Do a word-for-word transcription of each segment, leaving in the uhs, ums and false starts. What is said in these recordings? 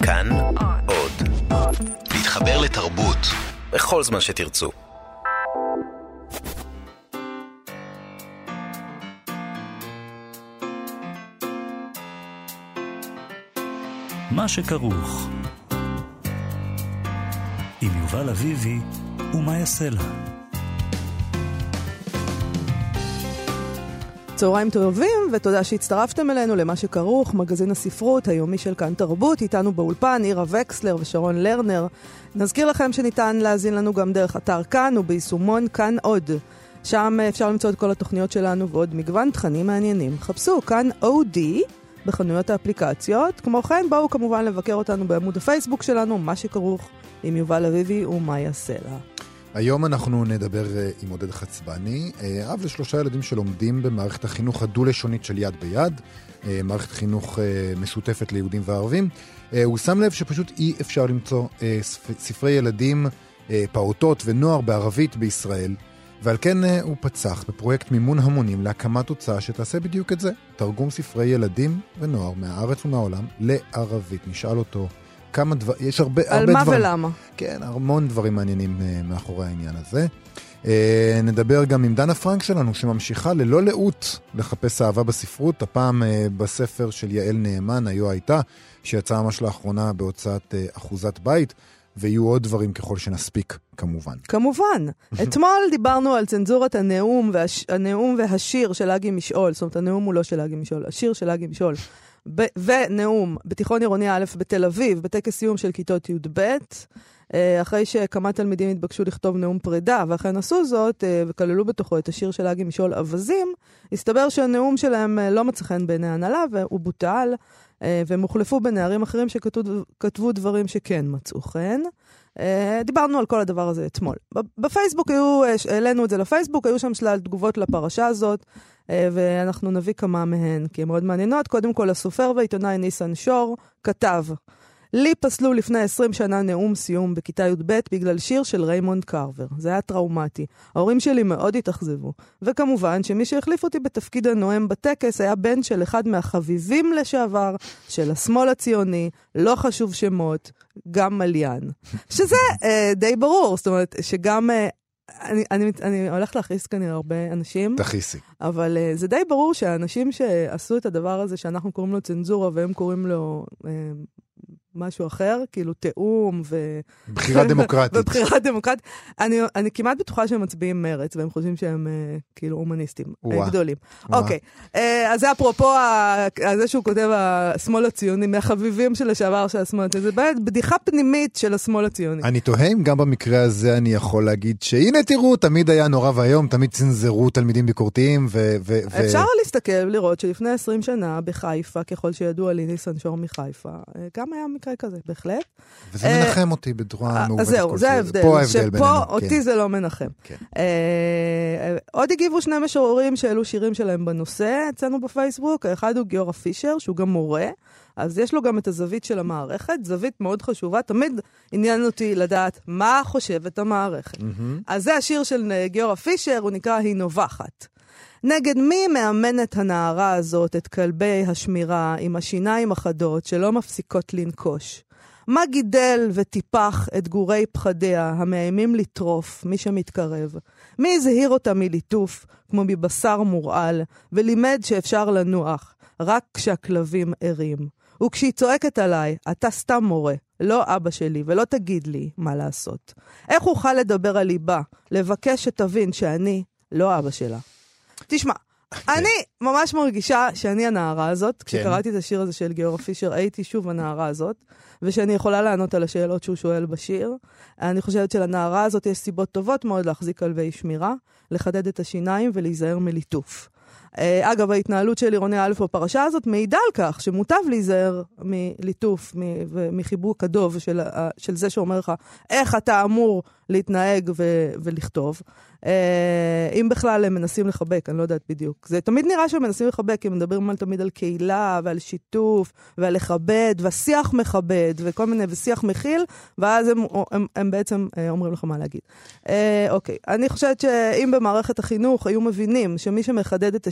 כאן עוד. להתחבר לתרבות בכל זמן שתרצו. מה שכרוך עם יובל אביבי ומה יעשה לה. צהריים טובים ותודה שהצטרפתם אלינו למה שכרוך, מגזין הספרות היומי של כאן תרבות. איתנו באולפן עירה וקסלר ושרון לרנר. נזכיר לכם שניתן להזין לנו גם דרך אתר כאן וביישומון כאן עוד. שם אפשר למצוא את כל התוכניות שלנו ועוד מגוון תכנים מעניינים. חפשו כאן אודי בחנויות האפליקציות. כמו כן בואו כמובן לבקר אותנו בעמוד הפייסבוק שלנו, מה שכרוך עם יובל אביבי ומה יעשה לה. היום אנחנו נדבר עם עודד חצבני, אב לשלושה ילדים שלומדים במערכת החינוך הדו-לשונית של יד ביד, מערכת חינוך משותפת ליהודים וערבים. הוא שם לב שפשוט אי אפשר למצוא ספרי ילדים, פעוטות ונוער בערבית בישראל, ועל כן הוא פצח בפרויקט מימון המונים להקמת הוצאה שתעשה בדיוק את זה, תרגום ספרי ילדים ונוער מהארץ ומהעולם לערבית. נשאל אותו כמה דבר, יש הרבה, הרבה דברים. על מה ולמה? כן, המון דברים מעניינים uh, מאחורי העניין הזה. Uh, נדבר גם עם דנה פרנק שלנו, שממשיכה ללא לאות לחפש אהבה בספרות, הפעם uh, בספר של יעל נאמן, היו הייתה, שיצאה ממש לאחרונה בהוצאת uh, אחוזת בית, ויהיו עוד דברים ככל שנספיק, כמובן. כמובן. אתמול דיברנו על צנזורת הנאום, והש... הנאום והשיר של אגי משעול, זאת אומרת, הנאום הוא לא של אגי משעול, השיר של אגי משעול. ב- ונאום בתיכון עירוני א' בתל אביב, בטקס סיום של כיתות י' ב', אחרי שכמה תלמידים התבקשו לכתוב נאום פרידה, ואכן עשו זאת, וכללו בתוכו את השיר של אגי משעול אבזים, הסתבר שהנאום שלהם לא מצא חן בעיני ההנהלה, והוא בוטל, והם הוחלפו בנערים אחרים שכתבו דברים שכן מצאו חן. דיברנו על כל הדבר הזה אתמול. בפייסבוק היו, העלינו את זה לפייסבוק, היו שם שלל תגובות לפרשה הזאת, ואנחנו נביא כמה מהן, כי הן מאוד מעניינות. קודם כל, הסופר והעיתונאי ניסן שור כתב, לי פסלו לפני עשרים שנה נאום סיום בכיתה י' ב' בגלל שיר של ריימונד קרבר. זה היה טראומטי. ההורים שלי מאוד התאכזבו. וכמובן שמי שהחליף אותי בתפקיד הנואם בטקס היה בן של אחד מהחביבים לשעבר של השמאל הציוני, לא חשוב שמות, גם מליאן. שזה אה, די ברור, זאת אומרת שגם... אה, אני, אני, אני הולך להכניס כנראה הרבה אנשים. תכניסי. אבל uh, זה די ברור שהאנשים שעשו את הדבר הזה, שאנחנו קוראים לו צנזורה, והם קוראים לו uh, משהו אחר, כאילו תאום ו... בחירה דמוקרטית. ובחירה דמוקרטית. אני, אני כמעט בטוחה שהם מצביעים מרץ, והם חושבים שהם uh, כאילו אומניסטים uh, גדולים. אוקיי, okay. uh, אז זה אפרופו ה... זה שהוא כותב השמאל הציוני, מהחביבים של השעבר של השמאל הציוני, זה באמת בדיחה פנימית של השמאל הציוני. אני תוהה אם גם במקרה הזה אני יכול להגיד שהנה תראו, תמיד היה נורא והיום, תמיד צנזרו תלמידים ביקורתיים ו... ו... אפשר להסתכל ולראות שלפני עשרים שנה בחיפה, ככל שידוע לי ניסן שור מחיפה, גם היה מקרה כזה, בהחלט. וזה מנחם אותי בדרוע מעובדת. אז זהו, זה ההבדל. שפה אותי זה לא מנחם. עוד הגיבו שני משוררים שאלו שירים שלהם בנושא, אצלנו בפייסבוק. האחד הוא גיורא פישר, שהוא גם מורה, אז יש לו גם את הזווית של המערכת, זווית מאוד חשובה, תמיד עניין אותי לדעת מה חושבת המערכת. אז זה השיר של גיורא פישר, הוא נקרא היא נובחת. נגד מי מאמנת הנערה הזאת את כלבי השמירה עם השיניים החדות שלא מפסיקות לנקוש? מה גידל וטיפח את גורי פחדיה המאיימים לטרוף מי שמתקרב? מי הזהיר אותה מליטוף כמו מבשר מורעל ולימד שאפשר לנוח רק כשהכלבים ערים? וכשהיא צועקת עליי, אתה סתם מורה, לא אבא שלי, ולא תגיד לי מה לעשות. איך אוכל לדבר על ליבה, לבקש שתבין שאני לא אבא שלה? תשמע, אני ממש מרגישה שאני הנערה הזאת, כשקראתי את השיר הזה של גיורא פישר, הייתי שוב הנערה הזאת, ושאני יכולה לענות על השאלות שהוא שואל בשיר. אני חושבת שלנערה הזאת יש סיבות טובות מאוד להחזיק כלבי שמירה, לחדד את השיניים ולהיזהר מליטוף. אגב, ההתנהלות של עירוני א' בפרשה הזאת מעידה על כך שמוטב להיזהר מליטוף ומחיבוק הדוב של, של זה שאומר לך איך אתה אמור להתנהג ו- ולכתוב. אם בכלל הם מנסים לחבק, אני לא יודעת בדיוק. זה תמיד נראה שהם מנסים לחבק, כי הם מדברים על, תמיד על קהילה ועל שיתוף ועל לכבד, והשיח מכבד וכל מיני, ושיח מכיל, ואז הם, הם, הם בעצם אומרים לך מה להגיד. אוקיי, אני חושבת שאם במערכת החינוך היו מבינים שמי שמחדד את השינוי,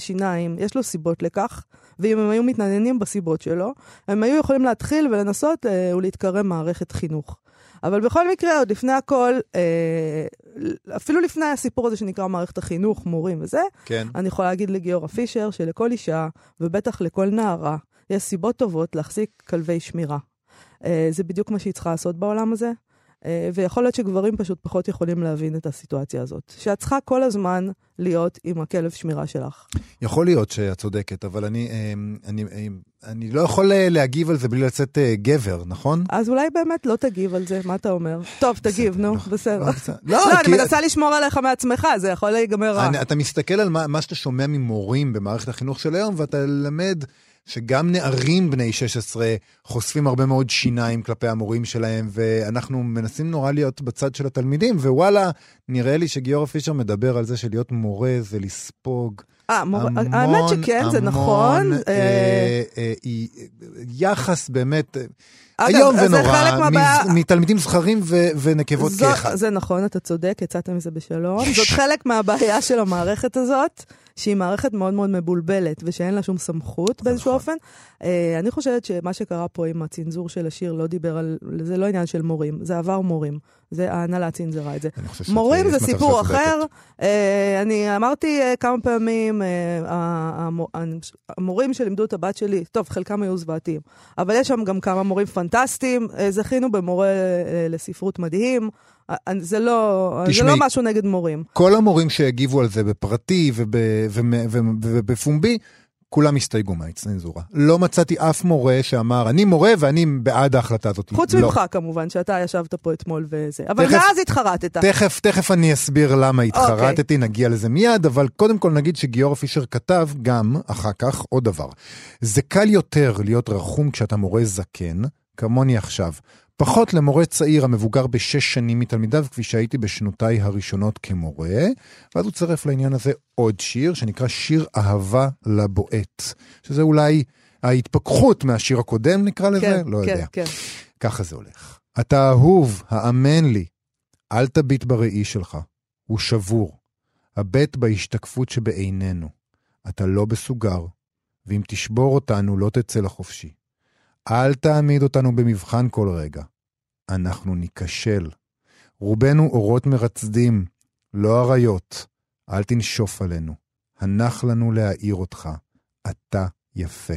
שיניים, יש לו סיבות לכך, ואם הם היו מתעניינים בסיבות שלו, הם היו יכולים להתחיל ולנסות אה, ולהתקרב מערכת חינוך. אבל בכל מקרה, עוד לפני הכל, אה, אפילו לפני הסיפור הזה שנקרא מערכת החינוך, מורים וזה, כן. אני יכולה להגיד לגיורא פישר שלכל אישה, ובטח לכל נערה, יש סיבות טובות להחזיק כלבי שמירה. אה, זה בדיוק מה שהיא צריכה לעשות בעולם הזה, אה, ויכול להיות שגברים פשוט פחות יכולים להבין את הסיטואציה הזאת. שאת צריכה כל הזמן להיות עם הכלב שמירה שלך. יכול להיות שאת צודקת, אבל אני, אני, אני, אני לא יכול להגיב על זה בלי לצאת גבר, נכון? אז אולי באמת לא תגיב על זה, מה אתה אומר? טוב, תגיב, נו, בסדר. לא, אני מנסה לשמור עליך מעצמך, זה יכול להיגמר רע. אתה מסתכל על מה שאתה שומע ממורים במערכת החינוך של היום, ואתה למד שגם נערים בני שש עשרה חושפים הרבה מאוד שיניים כלפי המורים שלהם, ואנחנו מנסים נורא להיות בצד של התלמידים, ווואלה, נראה לי שגיורא פישר מדבר על זה שלהיות מורה זה לספוג המון, האמת שכן, זה נכון. יחס באמת היום ונורא, מתלמידים זכרים ונקבות כאחד. זה נכון, אתה צודק, יצאת מזה בשלום. זאת חלק מהבעיה של המערכת הזאת, שהיא מערכת מאוד מאוד מבולבלת, ושאין לה שום סמכות באיזשהו אופן. אני חושבת שמה שקרה פה עם הצנזור של השיר לא דיבר על, זה לא עניין של מורים, זה עבר מורים. זה ההנהלה צנזרה את זה. מורים זה סיפור אחר. אני אמרתי כמה פעמים, המורים שלימדו את הבת שלי, טוב, חלקם היו זוועתיים, אבל יש שם גם כמה מורים פנטסטיים, זכינו במורה לספרות מדהים, זה לא, זה לא משהו נגד מורים. כל המורים שהגיבו על זה בפרטי ובפומבי, כולם הסתייגו מהצנזורה. לא מצאתי אף מורה שאמר, אני מורה ואני בעד ההחלטה הזאת. חוץ לא. ממך כמובן, שאתה ישבת פה אתמול וזה. אבל תכף, מאז התחרטת. תכף, תכף אני אסביר למה התחרטתי, okay. נגיע לזה מיד, אבל קודם כל נגיד שגיורא פישר כתב גם, אחר כך, עוד דבר. זה קל יותר להיות רחום כשאתה מורה זקן, כמוני עכשיו. פחות למורה צעיר המבוגר בשש שנים מתלמידיו, כפי שהייתי בשנותיי הראשונות כמורה, ואז הוא צרף לעניין הזה עוד שיר, שנקרא שיר אהבה לבועט, שזה אולי ההתפכחות מהשיר הקודם, נקרא לזה? כן, לא כן, יודע. כן. ככה זה הולך. אתה אהוב, האמן לי, אל תביט בראי שלך, הוא שבור, הבט בהשתקפות שבעינינו, אתה לא בסוגר, ואם תשבור אותנו לא תצא לחופשי. אל תעמיד אותנו במבחן כל רגע. אנחנו ניקשל. רובנו אורות מרצדים, לא עריות. אל תנשוף עלינו. הנח לנו להעיר אותך. אתה יפה.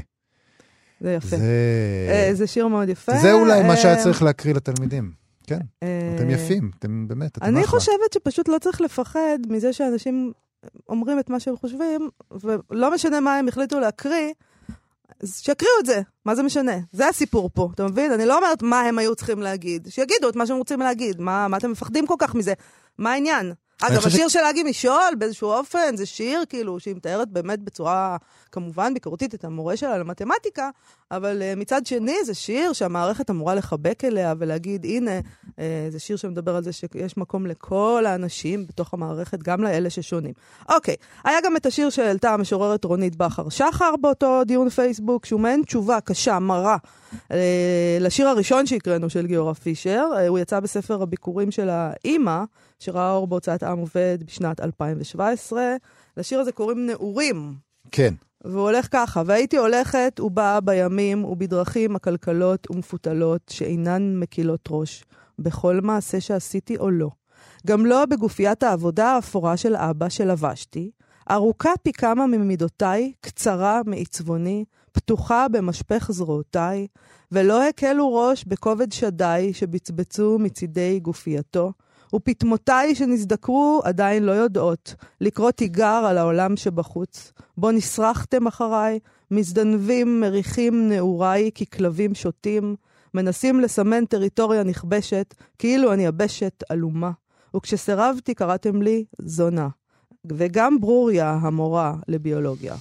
זה יפה. זה, אה, זה שיר מאוד יפה. זה אולי אה... מה שהיה צריך להקריא לתלמידים. כן, אה... אתם יפים, אתם באמת, אתם אני אחלה. חושבת שפשוט לא צריך לפחד מזה שאנשים אומרים את מה שהם חושבים, ולא משנה מה הם החליטו להקריא, שיקריאו את זה, מה זה משנה? זה הסיפור פה, אתה מבין? אני לא אומרת מה הם היו צריכים להגיד, שיגידו את מה שהם רוצים להגיד, מה, מה אתם מפחדים כל כך מזה? מה העניין? אגב, השיר של להגי משול, באיזשהו אופן, זה שיר כאילו שהיא מתארת באמת בצורה, כמובן, ביקורתית את המורה שלה למתמטיקה, אבל uh, מצד שני זה שיר שהמערכת אמורה לחבק אליה ולהגיד, הנה, uh, זה שיר שמדבר על זה שיש מקום לכל האנשים בתוך המערכת, גם לאלה ששונים. אוקיי, היה גם את השיר שהעלתה המשוררת רונית בכר שחר באותו דיון פייסבוק, שהוא מעין תשובה קשה, מרה, uh, לשיר הראשון שהקראנו של גיורא פישר, uh, הוא יצא בספר הביקורים של האמא, שראה אור בהוצאת עם עובד בשנת אלפיים שבע עשרה. לשיר הזה קוראים נעורים. כן. והוא הולך ככה, והייתי הולכת ובאה בימים ובדרכים הכלכלות ומפותלות שאינן מקילות ראש, בכל מעשה שעשיתי או לא. גם לא בגופיית העבודה האפורה של אבא שלבשתי, ארוכה פי כמה ממידותיי, קצרה מעצבוני, פתוחה במשפך זרועותיי, ולא הקלו ראש בכובד שדי שבצבצו מצידי גופייתו, ופתמותיי שנזדקרו עדיין לא יודעות, לקרוא תיגר על העולם שבחוץ, בו נשרחתם אחריי, מזדנבים מריחים נעוריי ככלבים שוטים, מנסים לסמן טריטוריה נכבשת, כאילו אני יבשת אלומה, וכשסרבתי קראתם לי זונה, וגם ברוריה המורה לביולוגיה.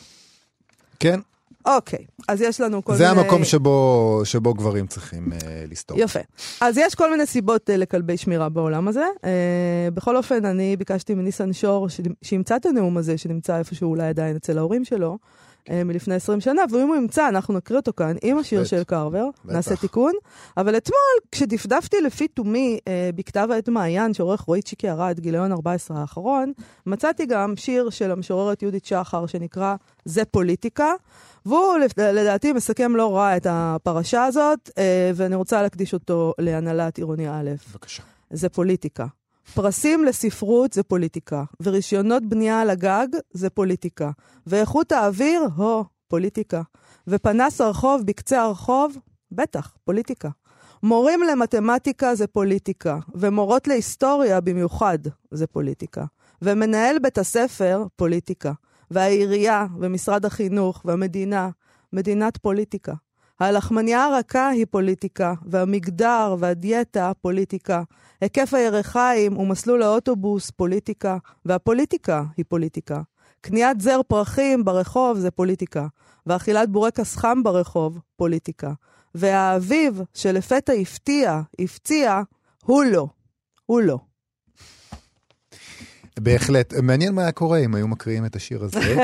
כן. אוקיי, אז יש לנו כל זה מיני... זה המקום שבו, שבו גברים צריכים uh, לסתור. יפה. אז יש כל מיני סיבות uh, לכלבי שמירה בעולם הזה. Uh, בכל אופן, אני ביקשתי מניסן שור, ש... שימצא את הנאום הזה, שנמצא איפשהו אולי עדיין אצל ההורים שלו, מלפני עשרים שנה, ואם הוא ימצא, אנחנו נקריא אותו כאן עם השיר של קרבר, נעשה תיקון. אבל אתמול, כשדפדפתי לפי תומי בכתב העת מעיין, שעורך רועי צ'יקי ארד, גיליון ארבע עשרה האחרון, מצאתי גם שיר של המשוררת יהודית שחר, שנקרא זה פוליטיקה, והוא לדעתי מסכם לא רע את הפרשה הזאת, ואני רוצה להקדיש אותו להנהלת עירוני א'. בבקשה. זה פוליטיקה. פרסים לספרות זה פוליטיקה, ורישיונות בנייה על הגג זה פוליטיקה, ואיכות האוויר, הו, פוליטיקה, ופנס הרחוב בקצה הרחוב, בטח, פוליטיקה. מורים למתמטיקה זה פוליטיקה, ומורות להיסטוריה במיוחד זה פוליטיקה, ומנהל בית הספר, פוליטיקה, והעירייה ומשרד החינוך והמדינה, מדינת פוליטיקה. הלחמניה הרכה היא פוליטיקה, והמגדר והדיאטה פוליטיקה. היקף הירחיים ומסלול האוטובוס פוליטיקה, והפוליטיקה היא פוליטיקה. קניית זר פרחים ברחוב זה פוליטיקה, ואכילת בורקס חם ברחוב פוליטיקה. והאביב שלפתע הפתיע, הפציע, הוא לא. הוא לא. בהחלט. מעניין מה היה קורה אם היו מקריאים את השיר הזה.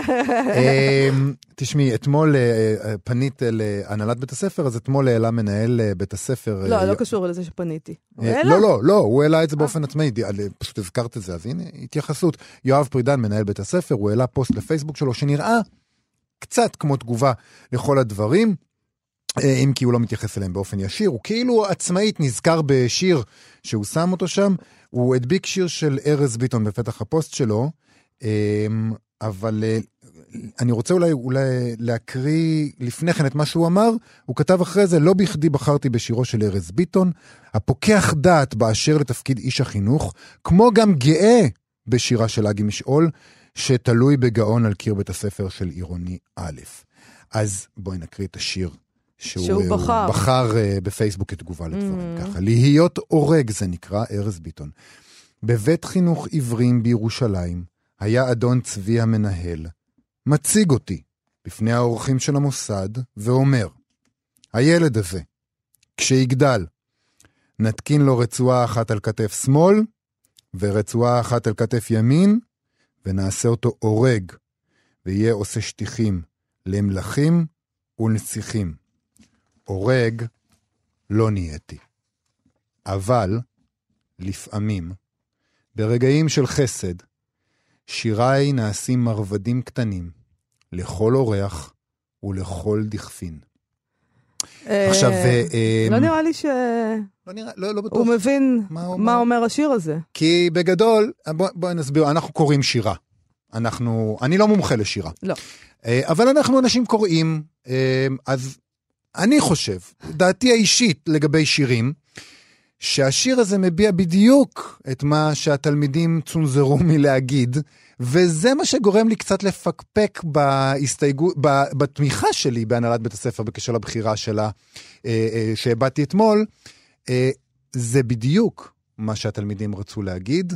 תשמעי, אתמול פנית להנהלת בית הספר, אז אתמול העלה מנהל בית הספר... לא, לא קשור לזה שפניתי. לא, לא, לא, הוא העלה את זה באופן עצמאי, פשוט הזכרת את זה, אז הנה, התייחסות. יואב פרידן, מנהל בית הספר, הוא העלה פוסט לפייסבוק שלו, שנראה קצת כמו תגובה לכל הדברים, אם כי הוא לא מתייחס אליהם באופן ישיר, הוא כאילו עצמאית נזכר בשיר שהוא שם אותו שם, הוא הדביק שיר של ארז ביטון בפתח הפוסט שלו, אבל אני רוצה אולי, אולי להקריא לפני כן את מה שהוא אמר, הוא כתב אחרי זה, לא בכדי בחרתי בשירו של ארז ביטון, הפוקח דעת באשר לתפקיד איש החינוך, כמו גם גאה בשירה של אגי משעול, שתלוי בגאון על קיר בית הספר של עירוני א'. אז בואי נקריא את השיר. שהוא, שהוא בחר, בחר uh, בפייסבוק כתגובה לדברים mm. ככה. להיות אורג זה נקרא, ארז ביטון. בבית חינוך עברים בירושלים, היה אדון צבי המנהל, מציג אותי בפני האורחים של המוסד, ואומר, הילד הזה, כשיגדל, נתקין לו רצועה אחת על כתף שמאל, ורצועה אחת על כתף ימין, ונעשה אותו אורג, ויהיה עושה שטיחים למלכים ונציחים. אורג לא נהייתי. אבל לפעמים, ברגעים של חסד, שיריי נעשים מרבדים קטנים, לכל אורח ולכל דכפין. עכשיו, לא נראה לי ש... לא נראה, לא, לא בטוח. הוא מבין מה אומר השיר הזה. כי בגדול, בואי נסביר, אנחנו קוראים שירה. אנחנו, אני לא מומחה לשירה. לא. אבל אנחנו אנשים קוראים, אז אני חושב, דעתי האישית לגבי שירים, שהשיר הזה מביע בדיוק את מה שהתלמידים צונזרו מלהגיד, וזה מה שגורם לי קצת לפקפק בהסתייגות, בתמיכה שלי בהנהלת בית הספר בקשר לבחירה שלה, שהבאתי אתמול, זה בדיוק מה שהתלמידים רצו להגיד,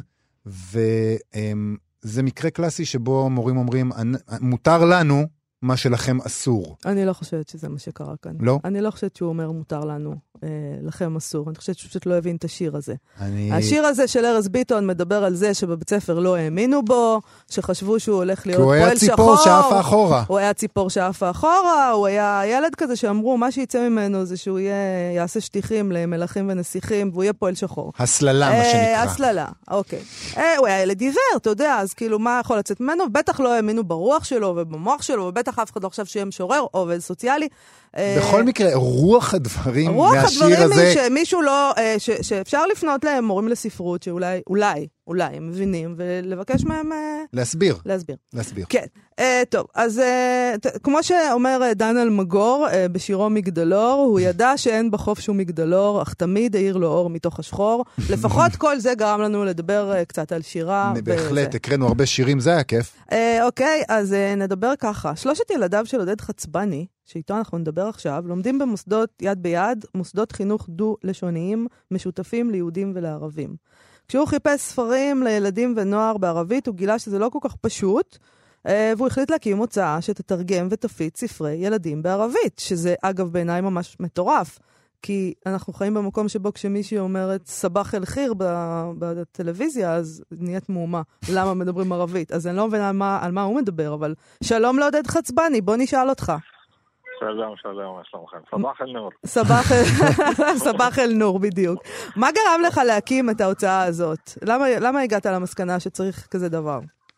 וזה מקרה קלאסי שבו מורים אומרים, מותר לנו, מה שלכם אסור. אני לא חושבת שזה מה שקרה כאן. לא? אני לא חושבת שהוא אומר מותר לנו, אה, לכם אסור. אני חושבת שהוא פשוט לא הבין את השיר הזה. אני... השיר הזה של ארז ביטון מדבר על זה שבבית ספר לא האמינו בו, שחשבו שהוא הולך להיות פועל שחור. הוא היה ציפור שאף אחורה. הוא היה ציפור שאף אחורה, הוא היה ילד כזה שאמרו, מה שיצא ממנו זה שהוא יהיה, יעשה שטיחים למלכים ונסיכים, והוא יהיה פועל שחור. הסללה, מה שנקרא. הסללה, אוקיי. אה, הוא היה ילד עיוור, אתה יודע, אז כאילו מה יכול לצאת ממנו? בטח לא האמינו ברוח שלו ובמוח שלו, ובטח אף אחד לא חשב שיהיה משורר או עובד סוציאלי. בכל מקרה, רוח הדברים רוח מהשיר הדברים הזה... היא שמישהו לא, ש, שאפשר לפנות להם מורים לספרות, שאולי, אולי, אולי הם מבינים, ולבקש מהם... להסביר. להסביר. להסביר. כן. טוב, אז כמו שאומר דן אלמגור בשירו מגדלור, הוא ידע שאין בחוף שום מגדלור, אך תמיד העיר לו אור מתוך השחור. לפחות כל זה גרם לנו לדבר קצת על שירה. בהחלט, הקראנו הרבה שירים, זה היה כיף. אוקיי, אז נדבר ככה. שלושת ילדיו של עודד חצבני, שאיתו אנחנו נדבר עכשיו, לומדים במוסדות יד ביד, מוסדות חינוך דו-לשוניים, משותפים ליהודים ולערבים. כשהוא חיפש ספרים לילדים ונוער בערבית, הוא גילה שזה לא כל כך פשוט, והוא החליט להקים הוצאה שתתרגם ותפיץ ספרי ילדים בערבית, שזה אגב בעיניי ממש מטורף, כי אנחנו חיים במקום שבו כשמישהי אומרת סבח אל חיר בטלוויזיה, אז נהיית מהומה. למה מדברים ערבית? אז אני לא מבינה על מה, על מה הוא מדבר, אבל שלום לעודד חצבני, בוא נשאל אותך. שלום, שלום, מה שלומכם? סבח אל נור. סבח אל נור, בדיוק. מה גרם לך להקים את ההוצאה הזאת? למה, למה הגעת למסקנה שצריך כזה דבר?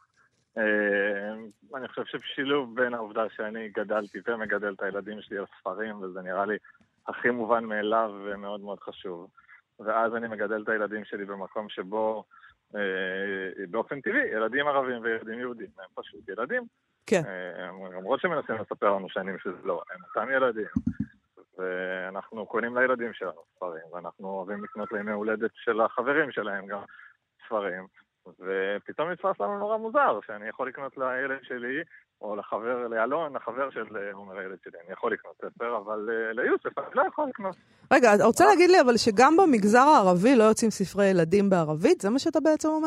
אני חושב שבשילוב בין העובדה שאני גדלתי ומגדל את הילדים שלי על ספרים, וזה נראה לי הכי מובן מאליו ומאוד מאוד חשוב. ואז אני מגדל את הילדים שלי במקום שבו, באופן טבעי, ילדים ערבים וילדים יהודים, הם פשוט ילדים. כן. למרות שמנסים לספר לנו שנים שזה לא, הם אותם ילדים. ואנחנו קונים לילדים שלנו ספרים, ואנחנו אוהבים לקנות לימי הולדת של החברים שלהם גם ספרים. ופתאום נתפס לנו נורא מוזר, שאני יכול לקנות לילד שלי, או לחבר, לאלון, לחבר של עומר הילד שלי, אני יכול לקנות ספר, אבל ליוסף אני לא יכול לקנות. רגע, אתה רוצה להגיד לי אבל שגם במגזר הערבי לא יוצאים ספרי ילדים בערבית? זה מה שאתה בעצם אומר?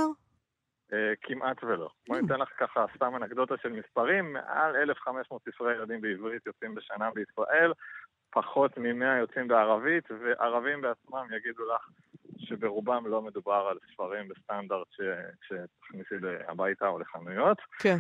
כמעט ולא. בוא ניתן לך ככה סתם אנקדוטה של מספרים, מעל אלף וחמש מאות ספרי ילדים בעברית יוצאים בשנה בישראל, פחות מ-מאה יוצאים בערבית, וערבים בעצמם יגידו לך שברובם לא מדובר על ספרים בסטנדרט שתכניסי הביתה או לחנויות. כן.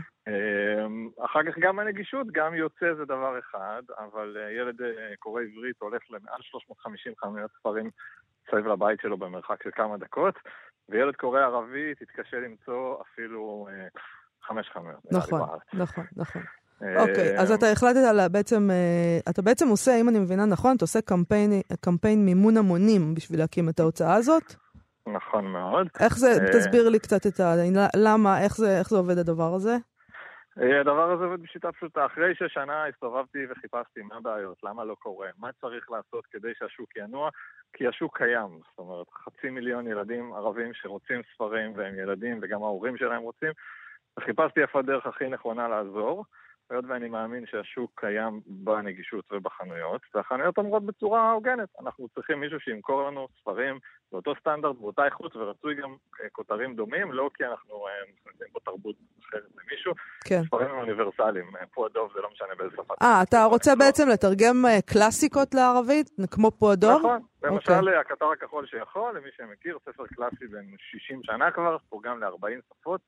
אחר כך גם הנגישות, גם יוצא זה דבר אחד, אבל ילד קורא עברית הולך למעל שלוש מאות וחמישים חנויות ספרים סביב לבית שלו במרחק של כמה דקות, וילד קורא ערבית יתקשה למצוא אפילו חמש חנויות. נכון, נכון, נכון. אוקיי, אז אתה החלטת בעצם, אתה בעצם עושה, אם אני מבינה נכון, אתה עושה קמפיין מימון המונים בשביל להקים את ההוצאה הזאת? נכון מאוד. איך זה, תסביר לי קצת את ה... למה, איך זה, איך זה עובד הדבר הזה? הדבר הזה עובד בשיטה פשוטה. אחרי ששנה הסתובבתי וחיפשתי מה הבעיות, למה לא קורה, מה צריך לעשות כדי שהשוק ינוע, כי השוק קיים. זאת אומרת, חצי מיליון ילדים ערבים שרוצים ספרים והם ילדים וגם ההורים שלהם רוצים, וחיפשתי איפה הדרך הכי נכונה לעזור. היות ואני מאמין שהשוק קיים בנגישות ובחנויות, והחנויות אומרות בצורה הוגנת. אנחנו צריכים מישהו שימכור לנו ספרים באותו סטנדרט, באותה איכות, ורצוי גם כותרים דומים, לא כי אנחנו נכנסים פה תרבות אחרת למישהו. כן. ספרים הם אוניברסליים, פועדוב זה לא משנה באיזה שפה. אה, אתה רוצה בעצם לתרגם קלאסיקות לערבית, כמו פועדוב? נכון, למשל הקטר הכחול שיכול, למי שמכיר, ספר קלאסי בין שישים שנה כבר, תורגם ל-ארבעים שפות.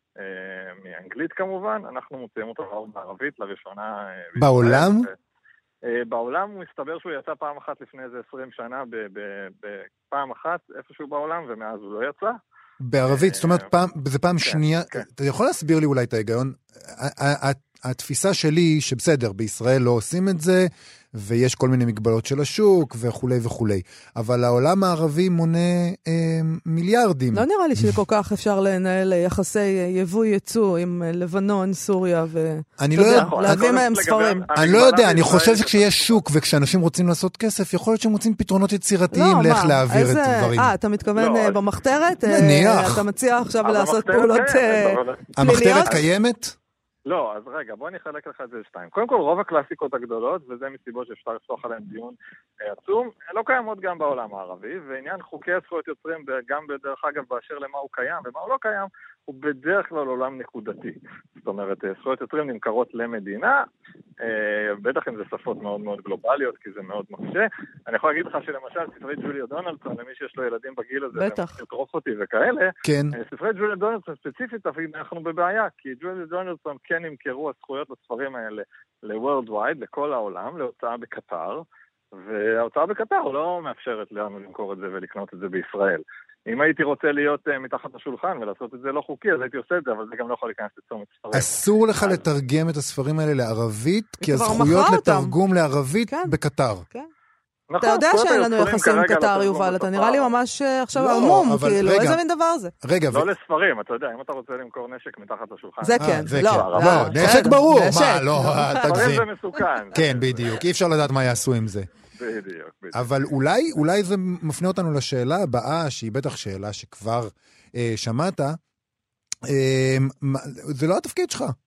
מאנגלית כמובן, אנחנו מוציאים אותו בערבית לראשונה. בעולם? בעולם הוא מסתבר שהוא יצא פעם אחת לפני איזה עשרים שנה, בפעם אחת איפשהו בעולם, ומאז הוא לא יצא. בערבית, זאת אומרת, זה פעם שנייה, אתה יכול להסביר לי אולי את ההיגיון? התפיסה שלי שבסדר, בישראל לא עושים את זה, ויש כל מיני מגבלות של השוק וכו' וכו'. אבל העולם הערבי מונה אה, מיליארדים. לא נראה לי שכל כך אפשר לנהל יחסי יבוא יצוא עם לבנון, סוריה ו... אני לא יודע, להביא מהם ספרים. אני לא יודע, אני חושב שכשיש שוק וכשאנשים רוצים לעשות כסף, יכול להיות שהם רוצים פתרונות יצירתיים לאיך להעביר את הדברים. אה, אתה מתכוון במחתרת? נניח. אתה מציע עכשיו לעשות פעולות פליליות? המחתרת קיימת? לא, אז רגע, בוא אני אחלק לך את זה שתיים. קודם כל, רוב הקלאסיקות הגדולות, וזה מסיבות שאפשר לפתוח עליהן דיון עצום, לא קיימות גם בעולם הערבי, ועניין חוקי הזכויות יוצרים, גם בדרך אגב, באשר למה הוא קיים ומה הוא לא קיים, הוא בדרך כלל עולם נקודתי. זאת אומרת, זכויות יוצרים נמכרות למדינה, בטח אם זה שפות מאוד מאוד גלובליות, כי זה מאוד מקשה. אני יכול להגיד לך שלמשל, ספרי ג'וליה דונלדסון, למי שיש לו ילדים בגיל הזה, בטח. לטרוף אותי וכאלה, כן. ספרי ג'וליה דונלדסון ספציפית, אנחנו בבעיה, כי ג'וליה דונלדסון כן נמכרו הזכויות בספרים האלה ל-Worldwide, לכל העולם, להוצאה בקטר, וההוצאה בקטר לא מאפשרת לנו למכור את זה ולקנות את זה בישראל. אם הייתי רוצה להיות uh, מתחת לשולחן ולעשות את זה לא חוקי, אז הייתי עושה את זה, אבל זה גם לא יכול להיכנס לצומת ספרים. אסור לך לתרגם את הספרים האלה לערבית, כי הזכויות לתרגום לערבית בקטר. אתה יודע שאין לנו יחסים עם קטר, יובל, אתה נראה לי ממש עכשיו עמום, כאילו, איזה מין דבר זה? לא לספרים, אתה יודע, אם אתה רוצה למכור נשק מתחת לשולחן. זה כן, לא. נשק ברור, מה, לא, ספרים זה מסוכן. כן, בדיוק, אי אפשר לדעת מה יעשו עם זה. בדיוק, בדיוק. אבל אולי, אולי זה מפנה אותנו לשאלה הבאה, שהיא בטח שאלה שכבר אה, שמעת, אה, זה לא התפקיד שלך.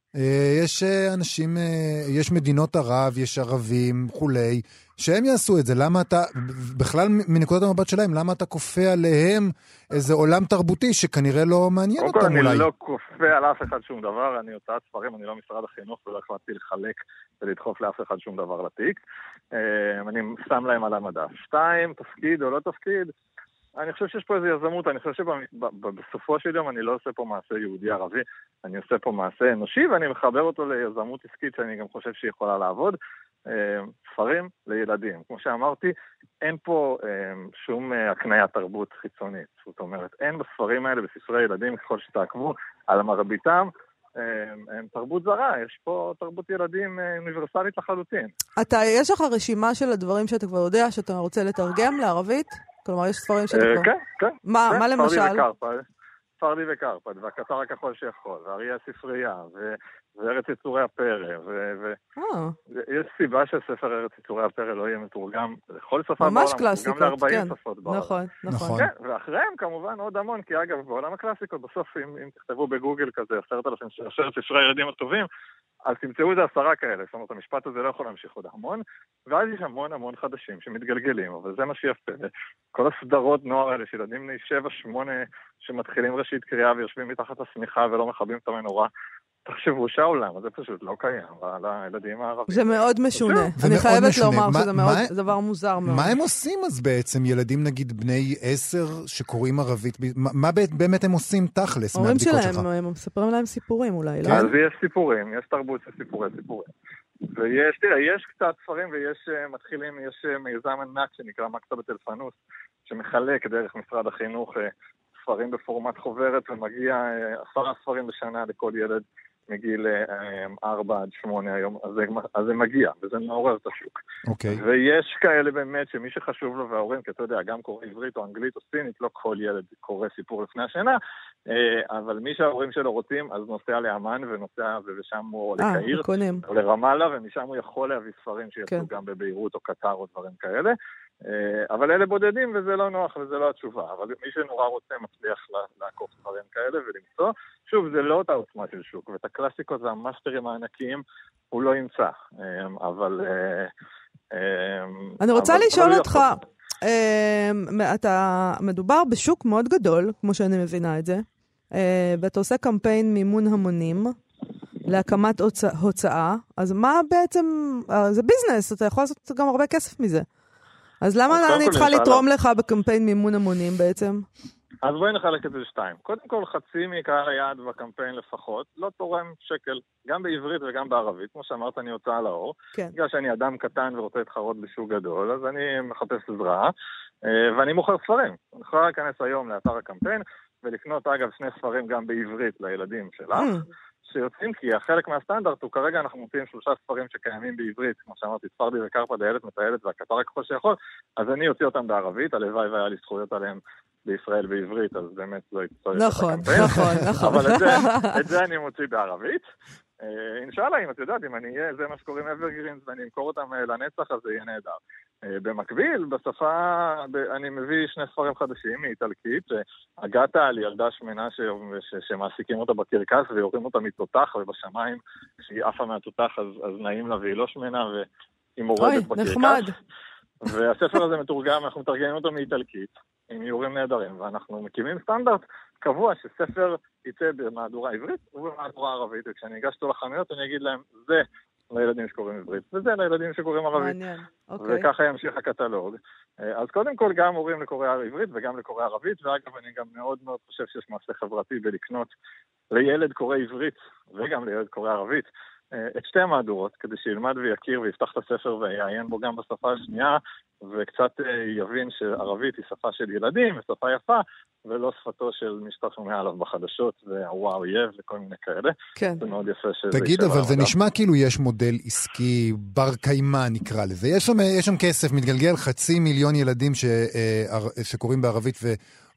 יש אנשים, יש מדינות ערב, יש ערבים, כולי, שהם יעשו את זה. למה אתה, בכלל מנקודת המבט שלהם, למה אתה כופה עליהם איזה עולם תרבותי שכנראה לא מעניין אותם אולי? אני לא כופה על אף אחד שום דבר, אני הוצאת ספרים, אני לא משרד החינוך, ולא החלטתי לחלק ולדחוף לאף אחד שום דבר לתיק. אני שם להם על המדף. שתיים, תפקיד או לא תפקיד, אני חושב שיש פה איזו יזמות, אני חושב שבסופו של יום אני לא עושה פה מעשה יהודי ערבי, אני עושה פה מעשה אנושי, ואני מחבר אותו ליזמות עסקית שאני גם חושב שהיא יכולה לעבוד. ספרים לילדים. כמו שאמרתי, אין פה שום הקניית תרבות חיצונית. זאת אומרת, אין בספרים האלה, בספרי ילדים, ככל שתעקבו על מרביתם, הם תרבות זרה, יש פה תרבות ילדים אוניברסלית לחלוטין. אתה, יש לך רשימה של הדברים שאתה כבר יודע שאתה רוצה לתרגם לערבית? כלומר, יש ספרים שאתה כבר... כן, כן. מה, מה למשל? פרדי וקרפד, והקטר הכחול שיכול, והאריה הספרייה, וארץ יצורי הפרא, ויש סיבה שספר ארץ יצורי הפרא לא יהיה מתורגם לכל שפה בעולם, ממש קלאסיקות, גם ל-ארבעים שפות בעולם. נכון, נכון. ואחריהם כמובן עוד המון, כי אגב, בעולם הקלאסיקות, בסוף אם תכתבו בגוגל כזה, עשרת אלפים עשרת ספרי הילדים הטובים, אז תמצאו איזה עשרה כאלה, זאת אומרת, המשפט הזה לא יכול להמשיך עוד המון, ואז יש המון המון חדשים שמתגלגלים, אבל זה מה שיפה. כל הסדרות נוער האלה, שילדים בני שבע, שמונה, שמתחילים ראשית קריאה ויושבים מתחת לשמיכה ולא מכבים את המנורה, תחשבו שהעולם הזה פשוט לא קיים, על הילדים הערבים. זה מאוד משונה. אני חייבת לומר שזה מאוד דבר מוזר מאוד. מה הם עושים אז בעצם, ילדים נגיד בני עשר שקוראים ערבית, מה באמת הם עושים תכלס מהבדיקות שלך? הורים שלהם, הם מספרים להם סיפורים אולי, לא? אז יש סיפורים, יש תרבות של סיפורי סיפורים. ויש, תראה, יש קצת ספרים ויש מתחילים, יש מיזם ענק שנקרא מקסבת אלפנוס, שמחלק דרך משרד החינוך ספרים בפורמט חוברת, ומגיע עשרה ספרים בשנה לכל ילד מגיל ארבע עד שמונה היום, אז זה, אז זה מגיע, וזה מעורר את השוק. Okay. ויש כאלה באמת שמי שחשוב לו וההורים, כי אתה יודע, גם קורא עברית או אנגלית או סינית, לא כל ילד קורא סיפור לפני השינה, אבל מי שההורים שלו רוצים, אז נוסע לאמן ונוסע, ושם הוא עולה קהיר, או לרמאללה, ומשם הוא יכול להביא ספרים שיצאו okay. גם בביירות או קטר או דברים כאלה. אבל אלה בודדים וזה לא נוח וזה לא התשובה, אבל מי שנורא רוצה מצליח לעקוף דברים כאלה ולמצוא. שוב, זה לא אותה עוצמה של שוק, ואת הקלאסיקות והמאסטרים הענקיים הוא לא ימצא, אבל... אני רוצה לשאול אותך, אתה מדובר בשוק מאוד גדול, כמו שאני מבינה את זה, ואתה עושה קמפיין מימון המונים להקמת הוצאה, אז מה בעצם, זה ביזנס, אתה יכול לעשות גם הרבה כסף מזה. אז למה אני צריכה לתרום לך בקמפיין מימון המונים בעצם? אז בואי נחלק את זה שתיים. קודם כל, חצי מקהל היעד בקמפיין לפחות, לא תורם שקל, גם בעברית וגם בערבית. כמו שאמרת, אני הוצאה לאור. כן. בגלל שאני אדם קטן ורוצה להתחרות בשוק גדול, אז אני מחפש עזרה, ואני מוכר ספרים. אני יכולה להיכנס היום לאתר הקמפיין, ולקנות אגב שני ספרים גם בעברית לילדים שלך. שיוצאים, כי החלק מהסטנדרט הוא כרגע אנחנו מוצאים שלושה ספרים שקיימים בעברית, כמו שאמרתי, פרדי וקרפד, הילד מטיילת והקטר הכחול שיכול, אז אני אוציא אותם בערבית, הלוואי והיה לי זכויות עליהם בישראל בעברית, אז באמת לא יצטרך את הקמפיין. נכון, נכון. אבל את זה אני מוציא בערבית. אינשאללה, אם את יודעת, אם אני אהיה, זה מה שקוראים אברגרינס, ואני אמכור אותם לנצח, אז זה יהיה נהדר. במקביל, בשפה, אני מביא שני ספרים חדשים מאיטלקית, הגעתה על ילדה שמנה שמעסיקים אותה בקרקס ויורים אותה מתותח, ובשמיים, כשהיא עפה מהתותח, אז נעים לה והיא לא שמנה, והיא מורדת בקרקס. והספר הזה מתורגם, אנחנו מתרגמים אותו מאיטלקית, עם איורים נהדרים, ואנחנו מקימים סטנדרט קבוע שספר יצא במהדורה עברית ובמהדורה ערבית, וכשאני אגש אותו לחנויות אני אגיד להם, זה לילדים שקוראים עברית, וזה לילדים שקוראים ערבית. מעניין, אוקיי. וככה ימשיך הקטלוג. אז קודם כל גם הורים לקורא עברית וגם לקורא ערבית, ואגב אני גם מאוד מאוד חושב שיש מעשה חברתי בלקנות לילד קורא עברית וגם לילד קורא ערבית, את שתי המהדורות, כדי שילמד ויכיר ויפתח את הספר ויעיין בו גם בשפה השנייה, וקצת יבין שערבית היא שפה של ילדים, ושפה יפה, ולא שפתו של מי שאתה שומע עליו בחדשות, והוואו יב וכל מיני כאלה. כן. זה מאוד יפה שזה... תגיד, אבל זה נשמע כאילו יש מודל עסקי בר קיימא נקרא לזה. יש שם, יש שם כסף, מתגלגל חצי מיליון ילדים ש, שקוראים בערבית ו...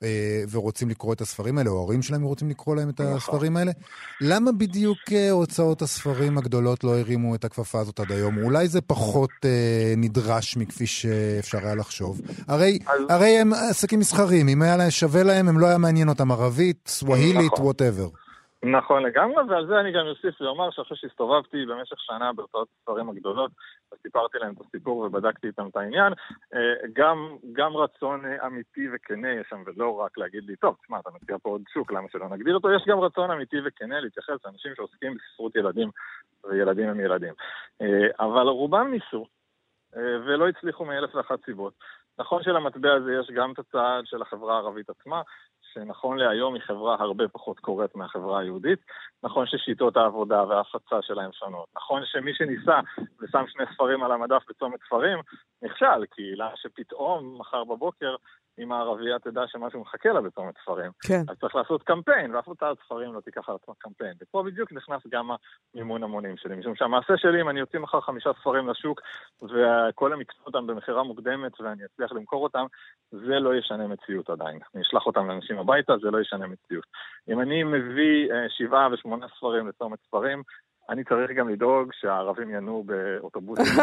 ורוצים לקרוא את הספרים האלה, או ההורים שלהם רוצים לקרוא להם את הספרים האלה. למה בדיוק הוצאות הספרים הגדולות לא הרימו את הכפפה הזאת עד היום? אולי זה פחות נדרש מכפי שאפשר היה לחשוב. הרי, הרי הם עסקים מסחרים, אם היה שווה להם, הם לא היה מעניין אותם ערבית, סווהילית, whatever. נכון לגמרי, ועל זה אני גם אוסיף ואומר שאחרי שהסתובבתי במשך שנה בהוצאות הספרים הגדולות, וסיפרתי להם את הסיפור ובדקתי איתם את העניין, גם, גם רצון אמיתי וכנה יש שם, ולא רק להגיד לי, טוב, תשמע, אתה מציע פה עוד שוק, למה שלא נגדיר אותו? יש גם רצון אמיתי וכנה להתייחס לאנשים שעוסקים בספרות ילדים, וילדים הם ילדים. אבל רובם ניסו, ולא הצליחו מאלף ואחת סיבות. נכון שלמטבע הזה יש גם את הצעד של החברה הערבית עצמה, שנכון להיום היא חברה הרבה פחות קוראת מהחברה היהודית. נכון ששיטות העבודה וההפצה שלהם שונות. נכון שמי שניסה ושם שני ספרים על המדף בצומת ספרים, נכשל, כי לה שפתאום מחר בבוקר, אם הערבייה תדע שמשהו מחכה לה בצומת ספרים, כן. אז צריך לעשות קמפיין, ואף הוצאת ספרים לא תיקח על עצמה קמפיין. ופה בדיוק נכנס גם המימון המונים שלי, משום שהמעשה שלי, אם אני יוצא מחר חמישה ספרים לשוק, וכל המקצוע אותם במחירה מוקדמת, ואני אצליח למכור אותם, זה לא ישנה מציאות עדיין. אני אשלח אותם לאנשים הביתה, זה לא ישנה מציאות. אם אני מביא שבעה ושמונה ספרים לצומת ספרים, אני צריך גם לדאוג שהערבים ינועו באוטובוסים.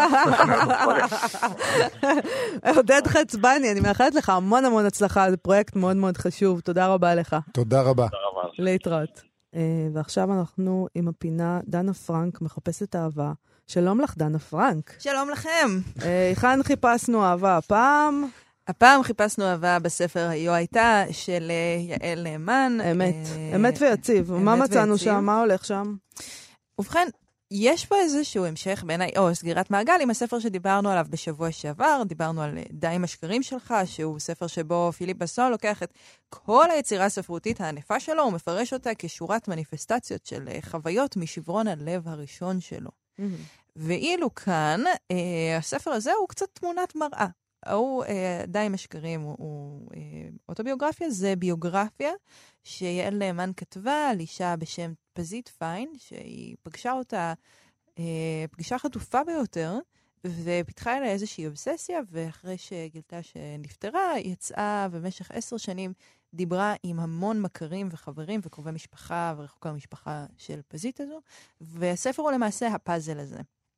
עודד חצבני, אני מאחלת לך המון המון הצלחה, זה פרויקט מאוד מאוד חשוב, תודה רבה לך. תודה רבה. להתראות. ועכשיו אנחנו עם הפינה דנה פרנק מחפשת אהבה. שלום לך דנה פרנק. שלום לכם. היכן חיפשנו אהבה הפעם? הפעם חיפשנו אהבה בספר היו הייתה של יעל נאמן. אמת, אמת ויציב. מה מצאנו שם? מה הולך שם? ובכן, יש פה איזשהו המשך בעיניי, או סגירת מעגל עם הספר שדיברנו עליו בשבוע שעבר, דיברנו על די עם השקרים שלך, שהוא ספר שבו פיליפ בסון לוקח את כל היצירה הספרותית הענפה שלו, הוא מפרש אותה כשורת מניפסטציות של חוויות משברון הלב הראשון שלו. Mm-hmm. ואילו כאן, אה, הספר הזה הוא קצת תמונת מראה. הוא אה, די עם השקרים, הוא, הוא אה, אוטוביוגרפיה, זה ביוגרפיה שיעל נאמן כתבה על אישה בשם פזית פיין, שהיא פגשה אותה, אה, פגישה חטופה ביותר, ופיתחה אליה איזושהי אובססיה, ואחרי שגילתה שנפטרה, יצאה במשך עשר שנים, דיברה עם המון מכרים וחברים וקרובי משפחה ורחוקה משפחה של פזית הזו, והספר הוא למעשה הפאזל הזה.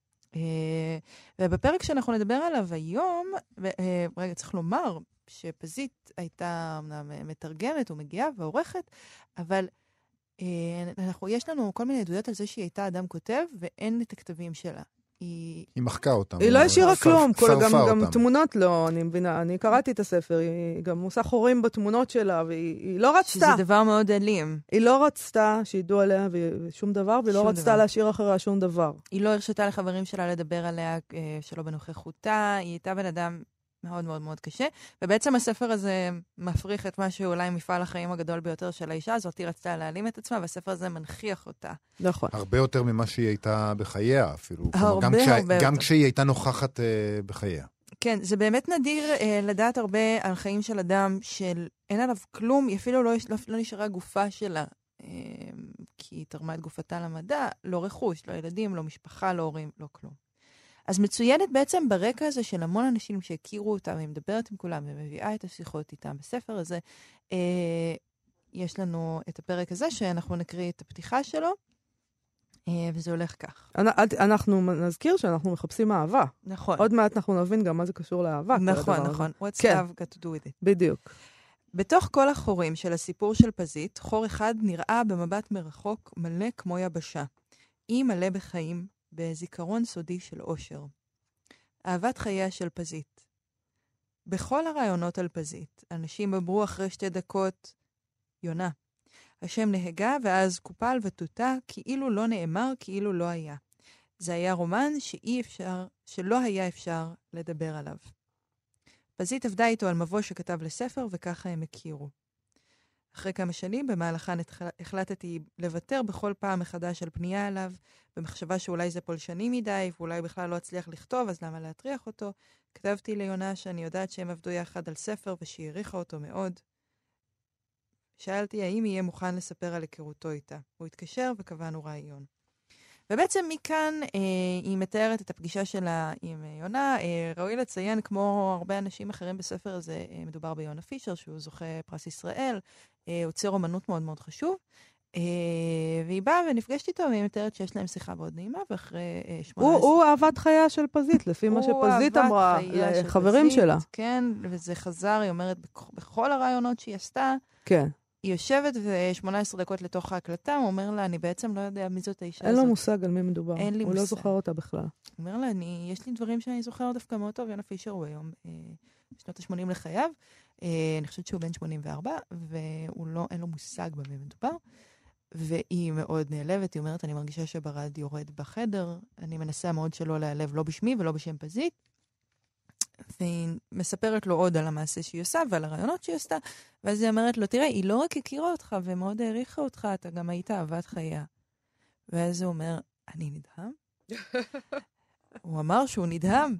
ובפרק שאנחנו נדבר עליו היום, רגע, צריך לומר שפזית הייתה מתרגמת ומגיעה ועורכת, אבל אנחנו, יש לנו כל מיני עדויות על זה שהיא הייתה אדם כותב, ואין את הכתבים שלה. היא, היא מחקה אותם. היא לא השאירה כלום, כל, גם, גם תמונות לא, אני מבינה, אני קראתי את הספר, היא גם עושה חורים בתמונות שלה, והיא לא רצתה. שזה דבר מאוד אלים. היא לא רצתה שידעו עליה שום דבר, והיא לא רצתה דבר. להשאיר אחריה שום דבר. היא לא הרשתה לחברים שלה לדבר עליה שלא בנוכחותה, היא הייתה בן אדם מאוד מאוד מאוד קשה, ובעצם הספר הזה מפריך את מה שאולי מפעל החיים הגדול ביותר של האישה הזאת, היא רצתה להעלים את עצמה, והספר הזה מנחיח אותה. נכון. הרבה יותר ממה שהיא הייתה בחייה אפילו. הרבה גם הרבה כשה, גם כשהיא הייתה נוכחת uh, בחייה. כן, זה באמת נדיר uh, לדעת הרבה על חיים של אדם, של אין עליו כלום, היא אפילו לא, לא, לא נשארה גופה שלה, uh, כי היא תרמה את גופתה למדע, לא רכוש, לא ילדים, לא משפחה, לא הורים, לא כלום. אז מצוינת בעצם ברקע הזה של המון אנשים שהכירו אותם, והיא מדברת עם כולם, ומביאה את השיחות איתם. בספר הזה אה, יש לנו את הפרק הזה, שאנחנו נקריא את הפתיחה שלו, אה, וזה הולך כך. אנחנו נזכיר שאנחנו מחפשים אהבה. נכון. עוד מעט אנחנו נבין גם מה זה קשור לאהבה. נכון, נכון. What's כן. love got to do with it. בדיוק. בתוך כל החורים של הסיפור של פזית, חור אחד נראה במבט מרחוק מלא כמו יבשה. אי מלא בחיים, בזיכרון סודי של אושר. אהבת חייה של פזית. בכל הרעיונות על פזית, אנשים אמרו אחרי שתי דקות, יונה. השם נהגה ואז קופל ותותה, כאילו לא נאמר, כאילו לא היה. זה היה רומן שאי אפשר, שלא היה אפשר לדבר עליו. פזית עבדה איתו על מבוא שכתב לספר, וככה הם הכירו. אחרי כמה שנים, במהלכן החלטתי לוותר בכל פעם מחדש על פנייה אליו, במחשבה שאולי זה פולשני מדי, ואולי בכלל לא אצליח לכתוב, אז למה להטריח אותו? כתבתי ליונה שאני יודעת שהם עבדו יחד על ספר, ושהיא העריכה אותו מאוד. שאלתי האם יהיה מוכן לספר על היכרותו איתה. הוא התקשר וקבענו רעיון. ובעצם מכאן אה, היא מתארת את הפגישה שלה עם אה, יונה. אה, ראוי לציין, כמו הרבה אנשים אחרים בספר הזה, אה, מדובר ביונה פישר, שהוא זוכה פרס ישראל, אה, עוצר אומנות מאוד מאוד חשוב. אה, והיא באה ונפגשת איתו, והיא מתארת שיש להם שיחה מאוד נעימה, ואחרי אה, שמונה... הוא, הוא אהבת חייה של פזית, לפי מה שפזית אמרה לחברים שלה. כן, וזה חזר, היא אומרת, בכ- בכל הרעיונות שהיא עשתה, כן. היא יושבת ו-שמונה עשרה דקות לתוך ההקלטה, הוא אומר לה, אני בעצם לא יודע מי זאת האישה אין הזאת. לו מושג על מי מדובר. אין לי הוא מושג. לא זוכר אותה בכלל. הוא אומר לה, אני, יש לי דברים שאני זוכר דווקא מאוד טוב, יונה פישר הוא היום אה, בשנות ה-שמונים לחייו, אה, אני חושבת שהוא בן שמונים וארבע, והוא לא, אין לו מושג במי מדובר, והיא מאוד נעלבת, היא אומרת, אני מרגישה שברד יורד בחדר, אני מנסה מאוד שלא להיעלב, לא בשמי ולא בשם פזית, והיא מספרת לו עוד על המעשה שהיא עושה ועל הרעיונות שהיא עשתה, ואז היא אומרת לו, תראה, היא לא רק הכירה אותך ומאוד העריכה אותך, אתה גם היית אהבת חייה. ואז הוא אומר, אני נדהם? הוא אמר שהוא נדהם.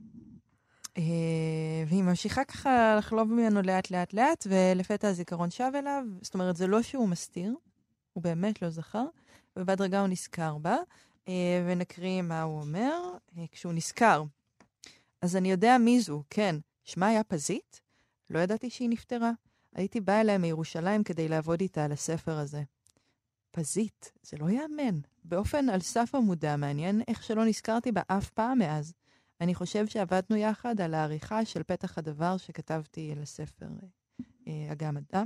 והיא ממשיכה ככה לחלוב ממנו לאט לאט לאט, ולפתע הזיכרון שב אליו, זאת אומרת, זה לא שהוא מסתיר, הוא באמת לא זכר, ובהדרגה הוא נזכר בה, ונקריא מה הוא אומר, כשהוא נזכר. אז אני יודע מי זו, כן. שמה היה פזית? לא ידעתי שהיא נפטרה. הייתי באה אליה מירושלים כדי לעבוד איתה על הספר הזה. פזית, זה לא יאמן. באופן על סף המודע, מעניין איך שלא נזכרתי בה אף פעם מאז. אני חושב שעבדנו יחד על העריכה של פתח הדבר שכתבתי על הספר אה, אגם אדם.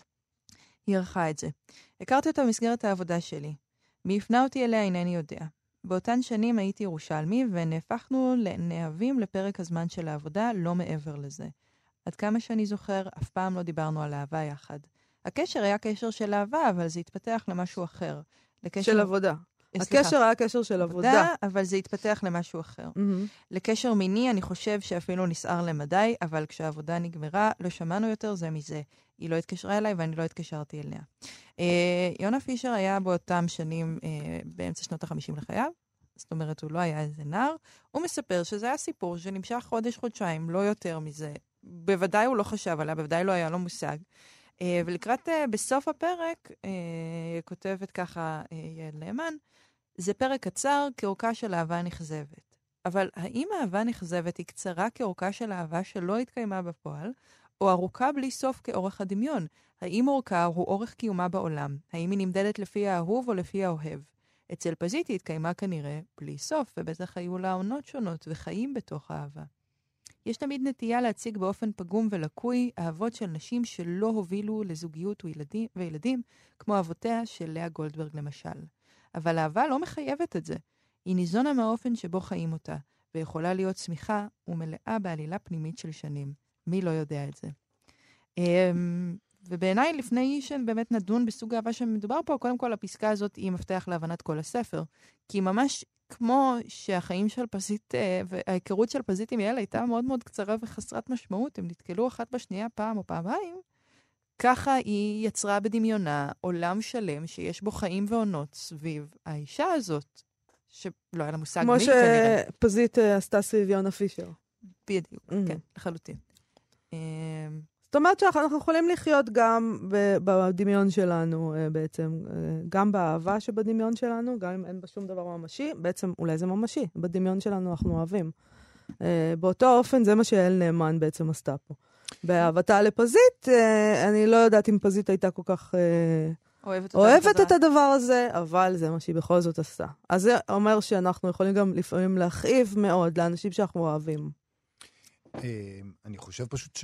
היא ערכה את זה. הכרתי אותה במסגרת העבודה שלי. מי הפנה אותי אליה אינני יודע. באותן שנים הייתי ירושלמי, ונהפכנו לנאהבים לפרק הזמן של העבודה, לא מעבר לזה. עד כמה שאני זוכר, אף פעם לא דיברנו על אהבה יחד. הקשר היה קשר של אהבה, אבל זה התפתח למשהו אחר. לקשר... של עבודה. סליחה. הקשר היה קשר של עבודה. עבודה, אבל זה התפתח למשהו אחר. Mm-hmm. לקשר מיני, אני חושב שאפילו נסער למדי, אבל כשהעבודה נגמרה, לא שמענו יותר זה מזה. היא לא התקשרה אליי ואני לא התקשרתי אליה. אה, יונה פישר היה באותם שנים אה, באמצע שנות ה-חמישים לחייו, זאת אומרת, הוא לא היה איזה נער. הוא מספר שזה היה סיפור שנמשך חודש, חודשיים, לא יותר מזה. בוודאי הוא לא חשב עליה, בוודאי לא היה לו מושג. אה, ולקראת אה, בסוף הפרק, אה, כותבת ככה אה, יעל נאמן, זה פרק קצר כאורכה של אהבה נכזבת. אבל האם האהבה נכזבת היא קצרה כאורכה של אהבה שלא התקיימה בפועל, או ארוכה בלי סוף כאורך הדמיון? האם אורכה הוא אורך קיומה בעולם? האם היא נמדדת לפי האהוב או לפי האוהב? אצל פזית היא התקיימה כנראה בלי סוף, ובטח היו לה עונות שונות וחיים בתוך האהבה. יש תמיד נטייה להציג באופן פגום ולקוי אהבות של נשים שלא הובילו לזוגיות וילדים, וילדים, כמו אהבותיה של לאה גולדברג למשל. אבל אהבה לא מחייבת את זה. היא ניזונה מהאופן שבו חיים אותה, ויכולה להיות שמחה ומלאה בעלילה פנימית של שנים. מי לא יודע את זה? ובעיניי, לפני שבאמת נדון בסוג האהבה שמדובר פה, קודם כל הפסקה הזאת היא מפתח להבנת כל הספר. כי ממש כמו שהחיים של פזית, וההיכרות של פזית עם יעל הייתה מאוד מאוד קצרה וחסרת משמעות, הם נתקלו אחת בשנייה פעם או פעמיים, ככה היא יצרה בדמיונה עולם שלם שיש בו חיים ועונות סביב האישה הזאת, שלא היה לה מושג מי כנראה. כמו שפזית עשתה סביב יונה פישר. בדיוק, כן, לחלוטין. זאת אומרת שאנחנו יכולים לחיות גם בדמיון שלנו בעצם, גם באהבה שבדמיון שלנו, גם אם אין בה שום דבר ממשי, בעצם אולי זה ממשי, בדמיון שלנו אנחנו אוהבים. באותו אופן זה מה שיעל נאמן בעצם עשתה פה. באהבתה לפזית, אני לא יודעת אם פזית הייתה כל כך אוהבת, אוהבת את הדבר הזה, אבל זה מה שהיא בכל זאת עשתה. אז זה אומר שאנחנו יכולים גם לפעמים להכאיב מאוד לאנשים שאנחנו אוהבים. אני חושב פשוט ש...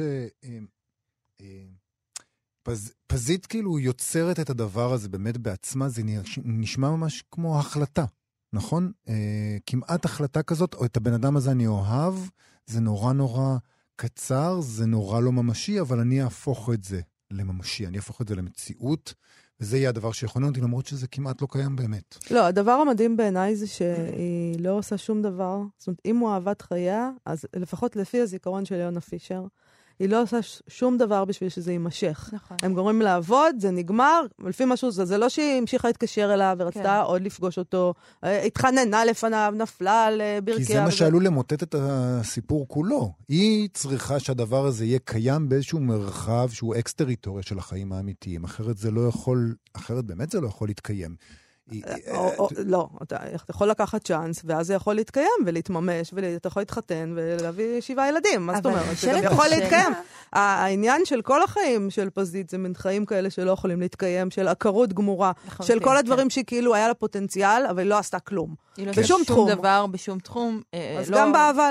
פז, פזית כאילו יוצרת את הדבר הזה באמת בעצמה, זה נשמע ממש כמו החלטה, נכון? אה, כמעט החלטה כזאת, או את הבן אדם הזה אני אוהב, זה נורא נורא קצר, זה נורא לא ממשי, אבל אני אהפוך את זה לממשי, אני אהפוך את זה למציאות, וזה יהיה הדבר שיכול אותי, למרות שזה כמעט לא קיים באמת. לא, הדבר המדהים בעיניי זה שהיא לא עושה שום דבר, זאת אומרת, אם הוא אהבת חייה, אז לפחות לפי הזיכרון של יונה פישר, היא לא עושה שום דבר בשביל שזה יימשך. נכון. הם גורמים לעבוד, זה נגמר, לפי משהו זה, זה לא שהיא המשיכה להתקשר אליו ורצתה כן. עוד לפגוש אותו, התחננה לפניו, נפלה על ברקיע. כי זה מה שעלול למוטט את הסיפור כולו. היא צריכה שהדבר הזה יהיה קיים באיזשהו מרחב שהוא אקס-טריטוריה של החיים האמיתיים, אחרת זה לא יכול, אחרת באמת זה לא יכול להתקיים. לא, אתה יכול לקחת צ'אנס, ואז זה יכול להתקיים ולהתממש, ואתה יכול להתחתן ולהביא שבעה ילדים. מה זאת אומרת? זה גם יכול להתקיים. העניין של כל החיים של פזית זה מין חיים כאלה שלא יכולים להתקיים, של עקרות גמורה, של כל הדברים שכאילו היה לה פוטנציאל, אבל לא עשתה כלום. בשום תחום. בשום דבר, בשום תחום. אז גם באהבה לא.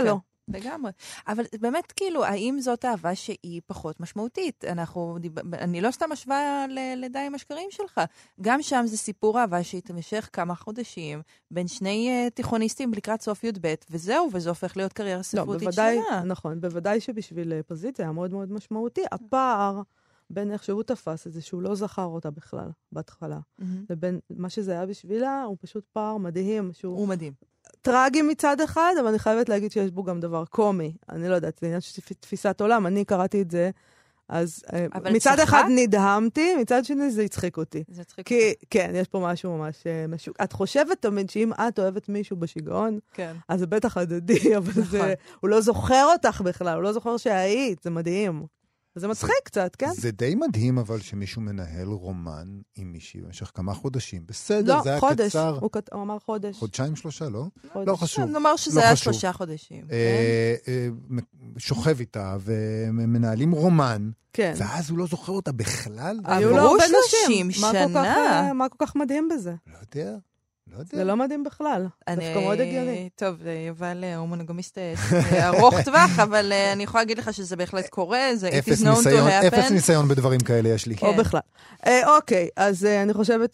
לגמרי. אבל באמת, כאילו, האם זאת אהבה שהיא פחות משמעותית? אנחנו, אני לא סתם משווה ללידה עם השקרים שלך. גם שם זה סיפור אהבה שהתמשך כמה חודשים, בין שני תיכוניסטים לקראת סוף י' ב', וזהו, וזה הופך להיות קריירה ספרותית לא, בוודאי, שלה. נכון, בוודאי שבשביל פזית זה היה מאוד מאוד משמעותי. הפער בין איך שהוא תפס את זה, שהוא לא זכר אותה בכלל, בהתחלה. Mm-hmm. לבין מה שזה היה בשבילה, הוא פשוט פער מדהים. שהוא... הוא מדהים. טרגי מצד אחד, אבל אני חייבת להגיד שיש בו גם דבר קומי. אני לא יודעת, זה עניין של תפיסת עולם, אני קראתי את זה, אז מצד צחק? אחד נדהמתי, מצד שני זה הצחיק אותי. זה הצחיק כי, אותי. כן, יש פה משהו ממש משוק. את חושבת תמיד שאם את אוהבת מישהו בשיגעון, כן. אז זה בטח הדדי, אבל נכון. זה, הוא לא זוכר אותך בכלל, הוא לא זוכר שהיית, זה מדהים. זה מצחיק קצת, כן? זה די מדהים, אבל שמישהו מנהל רומן עם מישהי במשך כמה חודשים. בסדר, לא, זה היה חודש. קצר. הוא, הוא אמר חודש. חודשיים, שלושה, לא? חודש. לא חשוב. נאמר שזה לא היה חשוב. שלושה חודשים. אה, כן? אה, שוכב איתה, ומנהלים רומן, כן. ואז הוא לא זוכר אותה בכלל. היו לו שלושים שנה. מה כל כך מדהים בזה? לא יודע. לא יודע. זה לא מדהים בכלל. דווקא מאוד הגיוני. טוב, יובל הוא מונוגמיסט ארוך טווח, אבל אני יכולה להגיד לך שזה בהחלט קורה, זה it is known to happen. אפס ניסיון בדברים כאלה יש לי. או בכלל. אוקיי, אז אני חושבת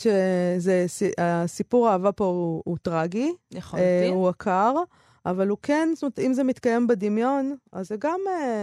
שהסיפור האהבה פה הוא טרגי. הוא עקר, אבל הוא כן, אם זה מתקיים בדמיון, אז זה גם,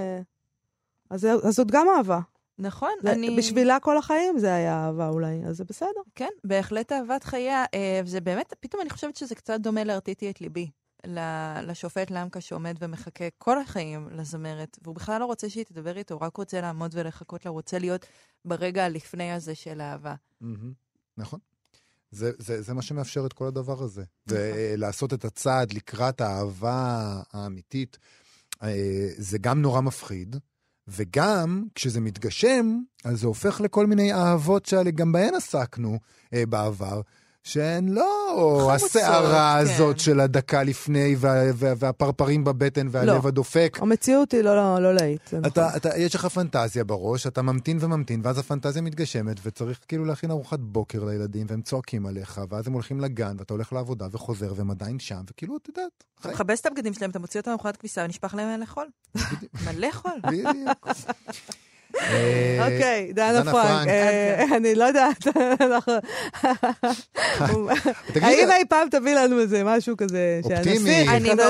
אז זאת גם אהבה. נכון. זה, אני... בשבילה כל החיים זה היה אהבה אולי, אז זה בסדר. כן, בהחלט אהבת חייה. זה באמת, פתאום אני חושבת שזה קצת דומה להרטיטי את ליבי. לשופט למקה שעומד ומחכה כל החיים לזמרת, והוא בכלל לא רוצה שהיא תדבר איתו, הוא רק רוצה לעמוד ולחכות לה, הוא רוצה להיות ברגע הלפני הזה של האהבה. נכון. זה, זה, זה מה שמאפשר את כל הדבר הזה. זה לעשות את הצעד לקראת האהבה האמיתית. זה גם נורא מפחיד, וגם כשזה מתגשם, אז זה הופך לכל מיני אהבות שגם בהן עסקנו אה, בעבר, שהן לא הסערה כן. הזאת של הדקה לפני, וה, וה, והפרפרים בבטן והלב לא. הדופק. המציאות היא לא, לא, לא להיט. אתה, אתה, יש לך פנטזיה בראש, אתה ממתין וממתין, ואז הפנטזיה מתגשמת, וצריך כאילו להכין ארוחת בוקר לילדים, והם צועקים עליך, ואז הם הולכים לגן, ואתה הולך לעבודה וחוזר, והם עדיין שם, וכאילו, אתה יודעת. אתה מחבש את הבגדים שלהם, אתה מוציא אותם מארוחת כביסה, ונשפך להם לאכול. מלא חול. בדיוק. אוקיי, דנה פרנק. אני לא יודעת. האם אי פעם תביא לנו איזה משהו כזה, אופטימי.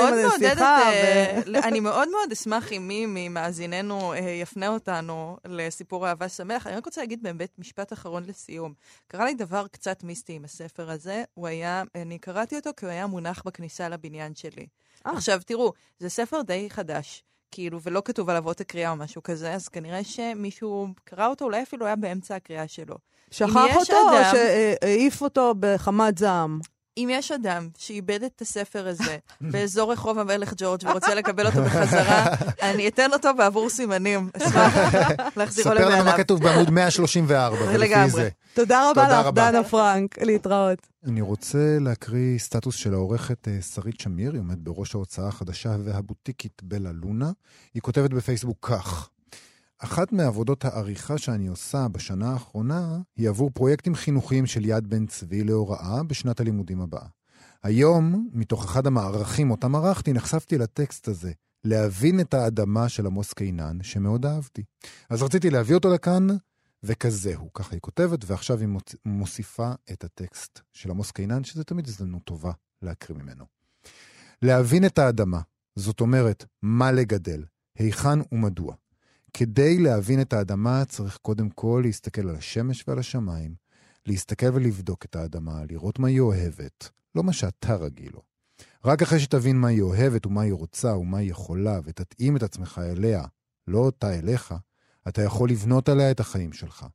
אני מאוד מאוד אשמח אם מי ממאזיננו יפנה אותנו לסיפור אהבה שמח. אני רק רוצה להגיד באמת משפט אחרון לסיום. קרה לי דבר קצת מיסטי עם הספר הזה. הוא היה, אני קראתי אותו כי הוא היה מונח בכניסה לבניין שלי. עכשיו תראו, זה ספר די חדש. כאילו, ולא כתוב עליו אות הקריאה או משהו כזה, אז כנראה שמישהו קרא אותו, אולי אפילו היה באמצע הקריאה שלו. שכח אותו אדם, או שהעיף אותו בחמת זעם? אם יש אדם שאיבד את הספר הזה באזור רחוב המלך ג'ורג' ורוצה לקבל אותו בחזרה, אני אתן אותו בעבור סימנים. אשמח להחזירו לבעליו. ספר לנו מה כתוב בעמוד מאה שלושים וארבע, ולפי זה. תודה רבה לך, דנה פרנק, להתראות. אני רוצה להקריא סטטוס של העורכת שרית שמיר, היא עומדת בראש ההוצאה החדשה והבוטיקית בלה לונה. היא כותבת בפייסבוק כך: אחת מעבודות העריכה שאני עושה בשנה האחרונה היא עבור פרויקטים חינוכיים של יד בן צבי להוראה בשנת הלימודים הבאה. היום, מתוך אחד המערכים אותם ערכתי, נחשפתי לטקסט הזה, להבין את האדמה של עמוס קינן, שמאוד אהבתי. אז רציתי להביא אותו לכאן, וכזהו, ככה היא כותבת, ועכשיו היא מוסיפה את הטקסט של עמוס קינן, שזה תמיד הזדמנות טובה להקריא ממנו. להבין את האדמה, זאת אומרת, מה לגדל, היכן ומדוע. כדי להבין את האדמה צריך קודם כל להסתכל על השמש ועל השמיים, להסתכל ולבדוק את האדמה, לראות מה היא אוהבת, לא מה שאתה רגיל לו. רק אחרי שתבין מה היא אוהבת ומה היא רוצה ומה היא יכולה ותתאים את עצמך אליה, לא אותה אליך, אתה יכול לבנות עליה את החיים שלך.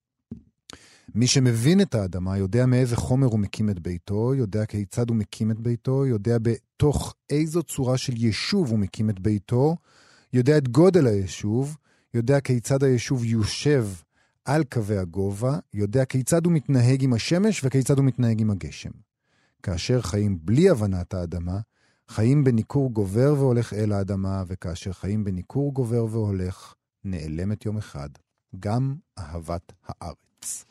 מי שמבין את האדמה יודע מאיזה חומר הוא מקים את ביתו, יודע כיצד הוא מקים את ביתו, יודע בתוך איזו צורה של יישוב הוא מקים את ביתו, יודע את גודל היישוב, יודע כיצד היישוב יושב על קווי הגובה, יודע כיצד הוא מתנהג עם השמש וכיצד הוא מתנהג עם הגשם. כאשר חיים בלי הבנת האדמה, חיים בניקור גובר והולך אל האדמה, וכאשר חיים בניקור גובר והולך, נעלמת יום אחד, גם אהבת הארץ.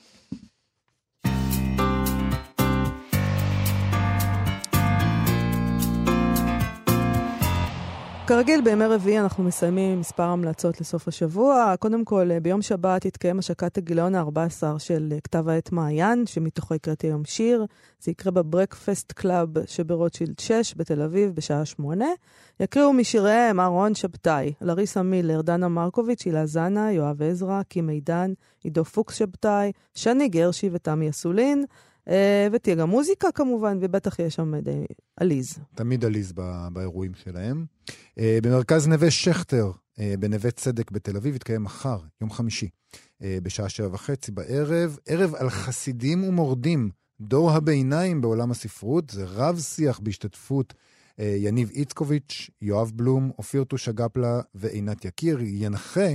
כרגיל, בימי רביעי אנחנו מסיימים מספר המלצות לסוף השבוע. קודם כל, ביום שבת יתקיים השקת הגיליון ה-ארבע עשרה של כתב העת מעיין, שמתוכו הקראתי היום שיר. זה יקרה בברקפסט קלאב שברוטשילד שש בתל אביב בשעה שמונה. יקריאו משיריהם אהרון שבתאי, לריסה מילר, דנה מרקוביץ', הילה זנה, יואב עזרא, קי מידן, עידו פוקס שבתאי, שני גרשי ותמי אסולין. ותהיה גם מוזיקה כמובן, ובטח יש שם עליז. תמיד עליז באירועים שלהם. במרכז נווה שכטר, בנווה צדק בתל אביב, יתקיים מחר, יום חמישי, בשעה שבע וחצי בערב, ערב על חסידים ומורדים, דור הביניים בעולם הספרות. זה רב שיח בהשתתפות יניב איצקוביץ', יואב בלום, אופיר טושגפלה ועינת יקיר. ינחה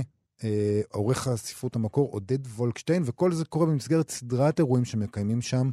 עורך הספרות המקור עודד וולקשטיין, וכל זה קורה במסגרת סדרת אירועים שמקיימים שם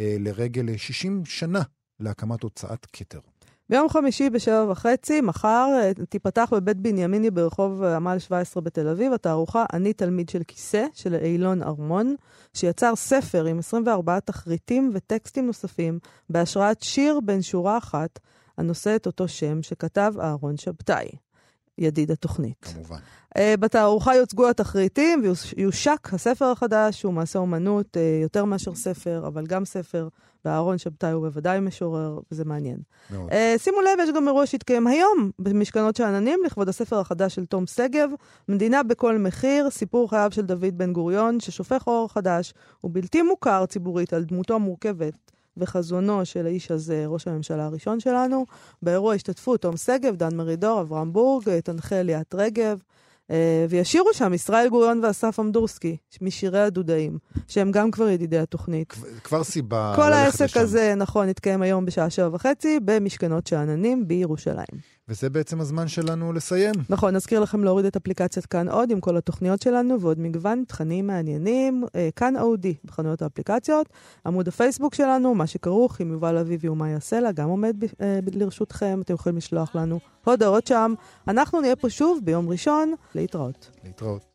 לרגל שישים שנה להקמת הוצאת כתר. ביום חמישי בשבע וחצי, מחר תיפתח בבית בנימיני ברחוב עמל שבע עשרה בתל אביב, התערוכה אני תלמיד של כיסא של אילון ארמון, שיצר ספר עם עשרים וארבעה תחריטים וטקסטים נוספים, בהשראת שיר בן שורה אחת, הנושא את אותו שם שכתב אהרון שבתאי, ידיד התוכנית. כמובן. Uh, בתערוכה יוצגו התחריטים ויושק הספר החדש, שהוא מעשה אומנות uh, יותר מאשר ספר, אבל גם ספר, ואהרון שבתאי הוא בוודאי משורר, וזה מעניין. Uh, שימו לב, יש גם אירוע שהתקיים היום במשכנות שאננים, לכבוד הספר החדש של תום סגב, מדינה בכל מחיר, סיפור חייו של דוד בן גוריון, ששופך אור חדש, ובלתי מוכר ציבורית על דמותו המורכבת, וחזונו של האיש הזה, ראש הממשלה הראשון שלנו. באירוע השתתפו תום סגב, דן מרידור, אברהם בורג, תנחה ליאת רגב, וישירו שם ישראל גוריון ואסף אמדורסקי, משירי הדודאים, שהם גם כבר ידידי התוכנית. כבר סיבה. כל העסק הזה, נכון, התקיים היום בשעה שבע וחצי, במשכנות שאננים בירושלים. וזה בעצם הזמן שלנו לסיים. נכון, נזכיר לכם להוריד את אפליקציית כאן עוד, עם כל התוכניות שלנו, ועוד מגוון תכנים מעניינים, כאן אודי, בחנויות האפליקציות, עמוד הפייסבוק שלנו, מה שכרוך, עם יובל אביבי ומה יעשה לה, גם עומד ב- לרשותכם, אתם יכולים לשלוח לנו הודעות שם. אנחנו נהיה פה שוב ביום ראשון, להתראות. להתראות.